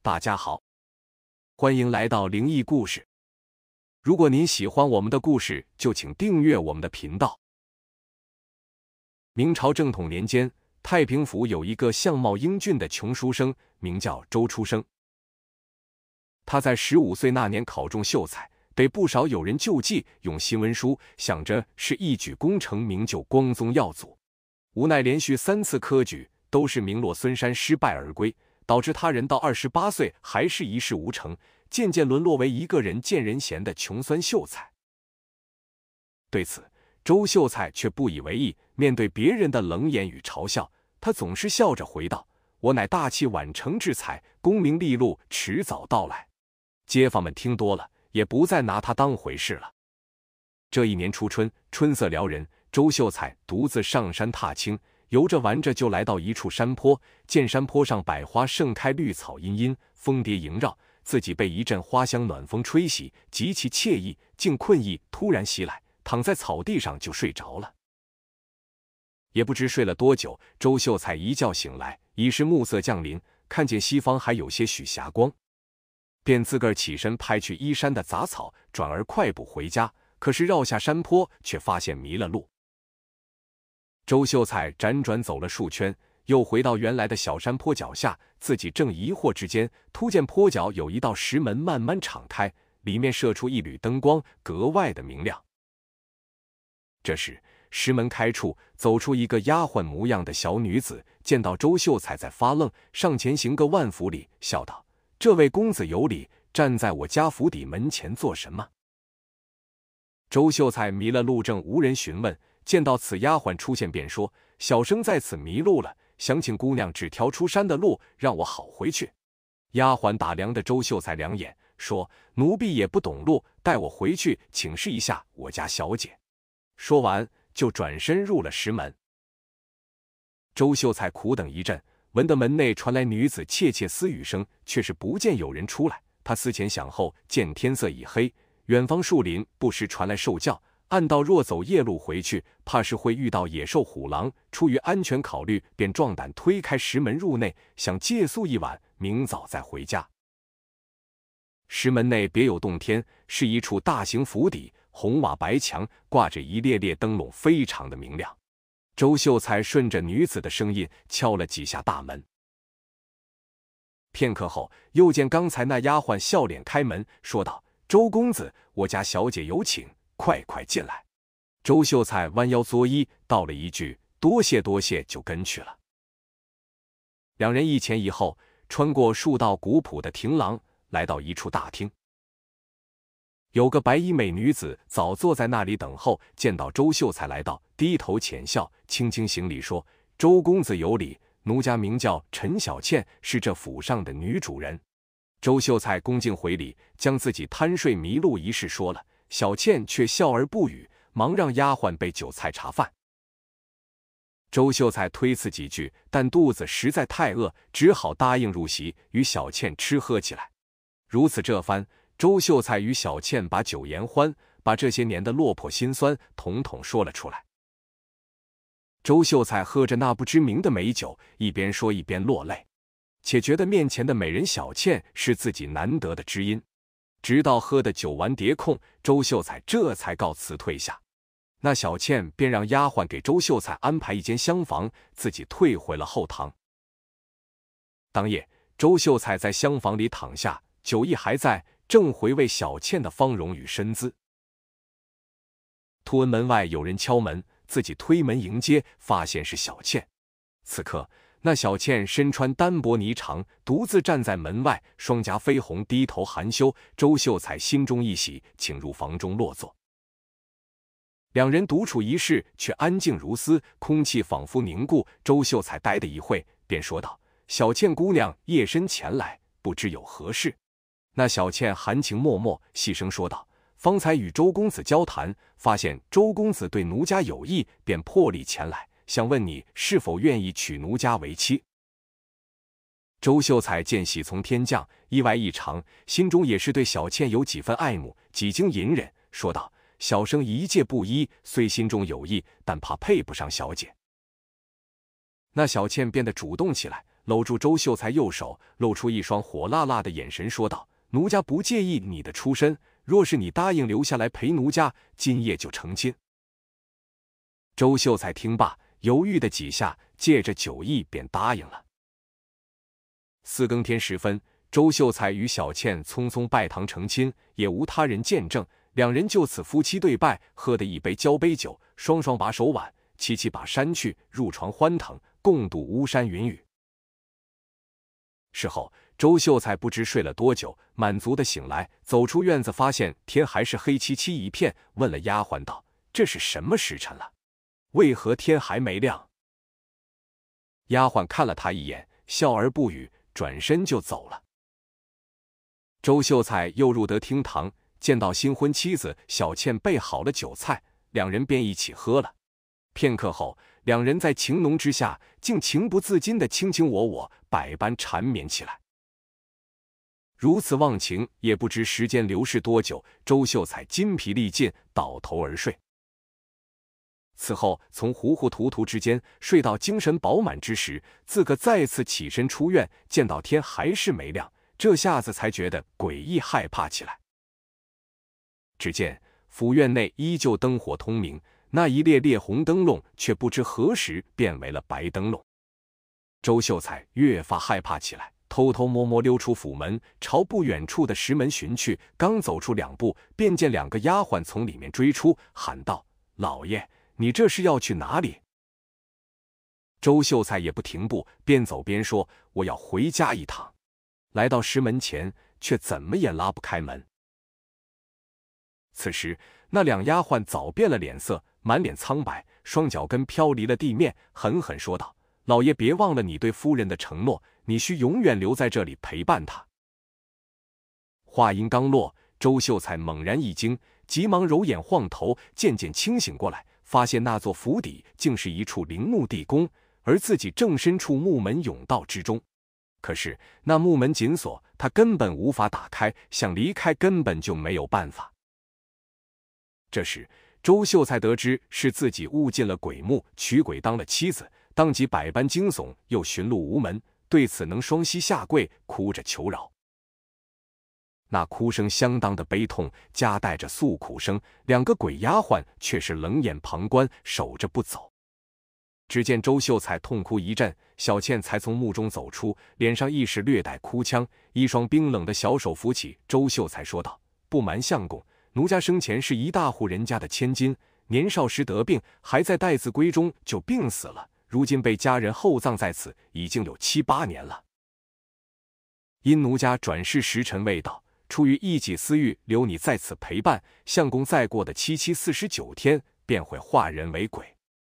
大家好，欢迎来到灵异故事。如果您喜欢我们的故事，就请订阅我们的频道。明朝正统年间，太平府有一个相貌英俊的穷书生，名叫周初生。他在15岁那年考中秀才，被不少友人救济，用新文书，想着是一举功成名就光宗耀祖。无奈连续3次科举都是名落孙山，失败而归，导致他人到28岁还是一事无成，渐渐沦落为一个人见人嫌的穷酸秀才。对此，周秀才却不以为意，面对别人的冷眼与嘲笑，他总是笑着回道：“我乃大器晚成之才，功名利禄迟早到来。”街坊们听多了，也不再拿他当回事了。这一年初春，春色撩人，周秀才独自上山踏青，游着玩着就来到一处山坡，见山坡上百花盛开，绿草茵茵，蜂蝶萦绕，自己被一阵花香暖风吹袭，极其惬意，竟困意突然袭来，躺在草地上就睡着了。也不知睡了多久，周秀才一觉醒来，已是暮色降临，看见西方还有些许霞光，便自个儿起身拍去依山的杂草，转而快步回家。可是绕下山坡，却发现迷了路。周秀才辗转走了数圈，又回到原来的小山坡脚下，自己正疑惑之间，突见坡脚有一道石门慢慢敞开，里面射出一缕灯光，格外的明亮。这时石门开处，走出一个丫鬟模样的小女子，见到周秀才在发愣，上前行个万福礼，笑道：“这位公子有礼，站在我家府邸门前做什么？”周秀才迷了路，正无人询问，见到此丫鬟出现，便说：“小生在此迷路了，想请姑娘指条出山的路，让我好回去。”丫鬟打量的周秀才两眼，说：“奴婢也不懂路，带我回去请示一下我家小姐。”说完就转身入了石门。周秀才苦等一阵，闻得门内传来女子窃窃私语声，却是不见有人出来。他思前想后，见天色已黑，远方树林不时传来兽叫，暗道若走夜路回去，怕是会遇到野兽虎狼。出于安全考虑，便壮胆推开石门入内，想借宿一晚，明早再回家。石门内别有洞天，是一处大型府邸，红瓦白墙，挂着一列列灯笼，非常的明亮。周秀才顺着女子的声音敲了几下大门。片刻后，又见刚才那丫鬟笑脸开门，说道：“周公子，我家小姐有请，快快进来。”周秀才弯腰作揖，道了一句“多谢多谢”，就跟去了。两人一前一后，穿过数道古朴的亭廊，来到一处大厅。有个白衣美女子早坐在那里等候，见到周秀才来到，低头浅笑，轻轻行礼说：“周公子有礼，奴家名叫陈小倩，是这府上的女主人。”周秀才恭敬回礼，将自己贪睡迷路一事说了。小倩却笑而不语，忙让丫鬟备酒菜茶饭。周秀才推辞几句，但肚子实在太饿，只好答应入席，与小倩吃喝起来。如此这番，周秀才与小倩把酒言欢，把这些年的落魄辛酸统统说了出来。周秀才喝着那不知名的美酒，一边说一边落泪，且觉得面前的美人小倩是自己难得的知音。直到喝得酒完跌空，周秀才这才告辞退下。那小倩便让丫鬟给周秀才安排一间厢房，自己退回了后堂。当夜，周秀才在厢房里躺下，酒意还在，正回味小倩的芳容与身姿，突闻门外有人敲门，自己推门迎接，发现是小倩。此刻那小倩身穿单薄呢裳，独自站在门外，双颊绯红，低头含羞。周秀才心中一喜，请入房中落座。两人独处一室，却安静如斯，空气仿佛凝固。周秀才呆得一会，便说道：“小倩姑娘夜深前来，不知有何事？”那小倩含情脉脉，细声说道：“方才与周公子交谈，发现周公子对奴家有意，便破例前来，想问你是否愿意娶奴家为妻。”周秀才见喜从天降，意外异常，心中也是对小倩有几分爱慕，几经隐忍，说道：“小生一介布衣，虽心中有意，但怕配不上小姐。”那小倩变得主动起来， 搂住周秀才右手，露出一双火辣辣的眼神，说道：“奴家不介意你的出身，若是你答应留下来陪奴家，今夜就成亲。”周秀才听罢，犹豫的几下，借着酒意便答应了。4更天时分，周秀才与小倩匆匆拜堂成亲，也无他人见证，两人就此夫妻对拜，喝得一杯交杯酒，双双把手挽，齐齐把衫去，入床欢腾，共度巫山云雨。事后，周秀才不知睡了多久，满足的醒来，走出院子，发现天还是黑漆漆一片，问了丫鬟道：“这是什么时辰了？为何天还没亮？”丫鬟看了他一眼，笑而不语，转身就走了。周秀才又入得厅堂，见到新婚妻子小倩备好了酒菜，两人便一起喝了。片刻后，两人在情浓之下，竟情不自禁地卿卿我我，百般缠绵起来。如此忘情，也不知时间流逝多久，周秀才筋疲力尽，倒头而睡。此后，从糊糊涂涂之间睡到精神饱满之时，自个再次起身出院，见到天还是没亮，这下子才觉得诡异害怕起来。只见府院内依旧灯火通明，那一列列红灯笼却不知何时变为了白灯笼。周秀才越发害怕起来，偷偷摸摸溜出府门，朝不远处的石门寻去。刚走出2步，便见2个丫鬟从里面追出，喊道：“老爷，你这是要去哪里？”周秀才也不停步，边走边说：“我要回家一趟。”来到石门前，却怎么也拉不开门。此时，那2丫鬟早变了脸色，满脸苍白，双脚跟飘离了地面，狠狠说道：“老爷别忘了你对夫人的承诺，你需永远留在这里陪伴她。”话音刚落，周秀才猛然一惊，急忙揉眼晃头，渐渐清醒过来，发现那座府邸竟是一处陵墓地宫，而自己正身处木门甬道之中。可是那木门紧锁，他根本无法打开，想离开根本就没有办法。这时，周秀才得知是自己误进了鬼墓，娶鬼当了妻子，当即百般惊悚，又寻路无门，对此能双膝下跪，哭着求饶。那哭声相当的悲痛，夹带着诉苦声，2个鬼丫鬟却是冷眼旁观，守着不走。只见周秀才痛哭一阵，小倩才从墓中走出，脸上亦是略带哭腔，一双冰冷的小手扶起周秀才，说道：“不瞒相公，奴家生前是一大户人家的千金，年少时得病，还在待字闺中就病死了，如今被家人厚葬在此，已经有7、8年了。因奴家转世时辰未到，出于一己私欲，留你在此陪伴，相公再过的7、49天，便会化人为鬼。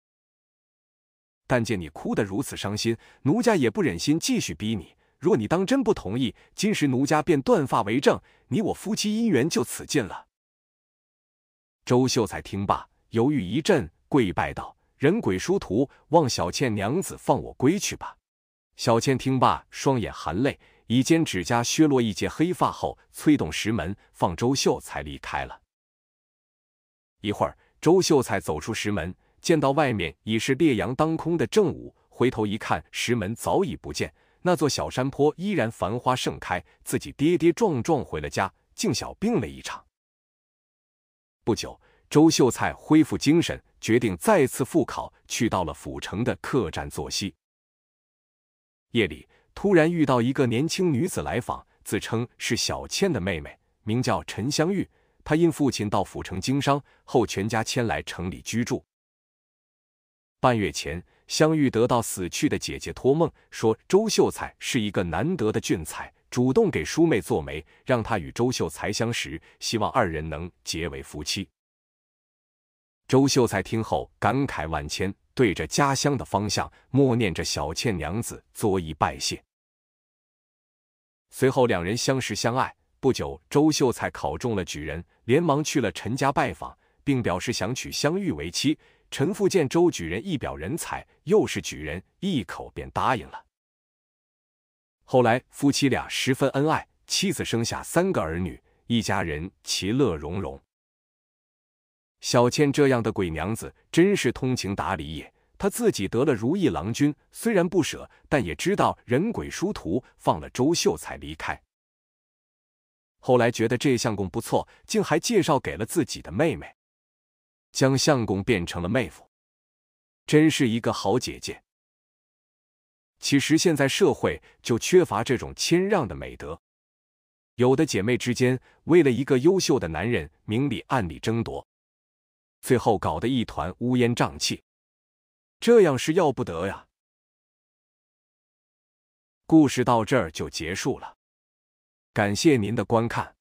但见你哭得如此伤心，奴家也不忍心继续逼你，若你当真不同意，今时奴家便断发为证，你我夫妻姻缘就此尽了。”周秀才听罢，犹豫一阵，跪拜道：“人鬼殊途，望小倩娘子放我归去吧。”小倩听罢，双眼含泪，以尖指甲削落一截黑发后，催动石门，放周秀才离开了。一会儿，周秀才走出石门，见到外面已是烈阳当空的正午，回头一看，石门早已不见，那座小山坡依然繁花盛开，自己跌跌撞撞回了家，竟小病了一场。不久，周秀才恢复精神，决定再次复考，去到了府城的客栈作息。夜里，突然遇到一个年轻女子来访，自称是小倩的妹妹，名叫陈香玉。她因父亲到府城经商，后全家迁来城里居住。半月前，香玉得到死去的姐姐托梦，说周秀才是一个难得的俊才，主动给叔妹做媒，让她与周秀才相识，希望2人能结为夫妻。周秀才听后感慨万千，对着家乡的方向默念着小倩娘子作揖拜谢。随后2人相识相爱，不久周秀才考中了举人，连忙去了陈家拜访，并表示想娶香玉为妻。陈父见周举人一表人才，又是举人，一口便答应了。后来夫妻俩十分恩爱，妻子生下3个儿女，一家人其乐融融。小倩这样的鬼娘子真是通情达理也， 他自己得了如意郎君，虽然不舍，但也知道人鬼殊途，放了周秀才离开。后来觉得这相公不错，竟还介绍给了自己的妹妹，将相公变成了妹夫，真是一个好姐姐。其实现在社会就缺乏这种谦让的美德，有的姐妹之间为了一个优秀的男人明里暗里争夺，最后搞得一团乌烟瘴气，这样是要不得呀。故事到这儿就结束了，感谢您的观看。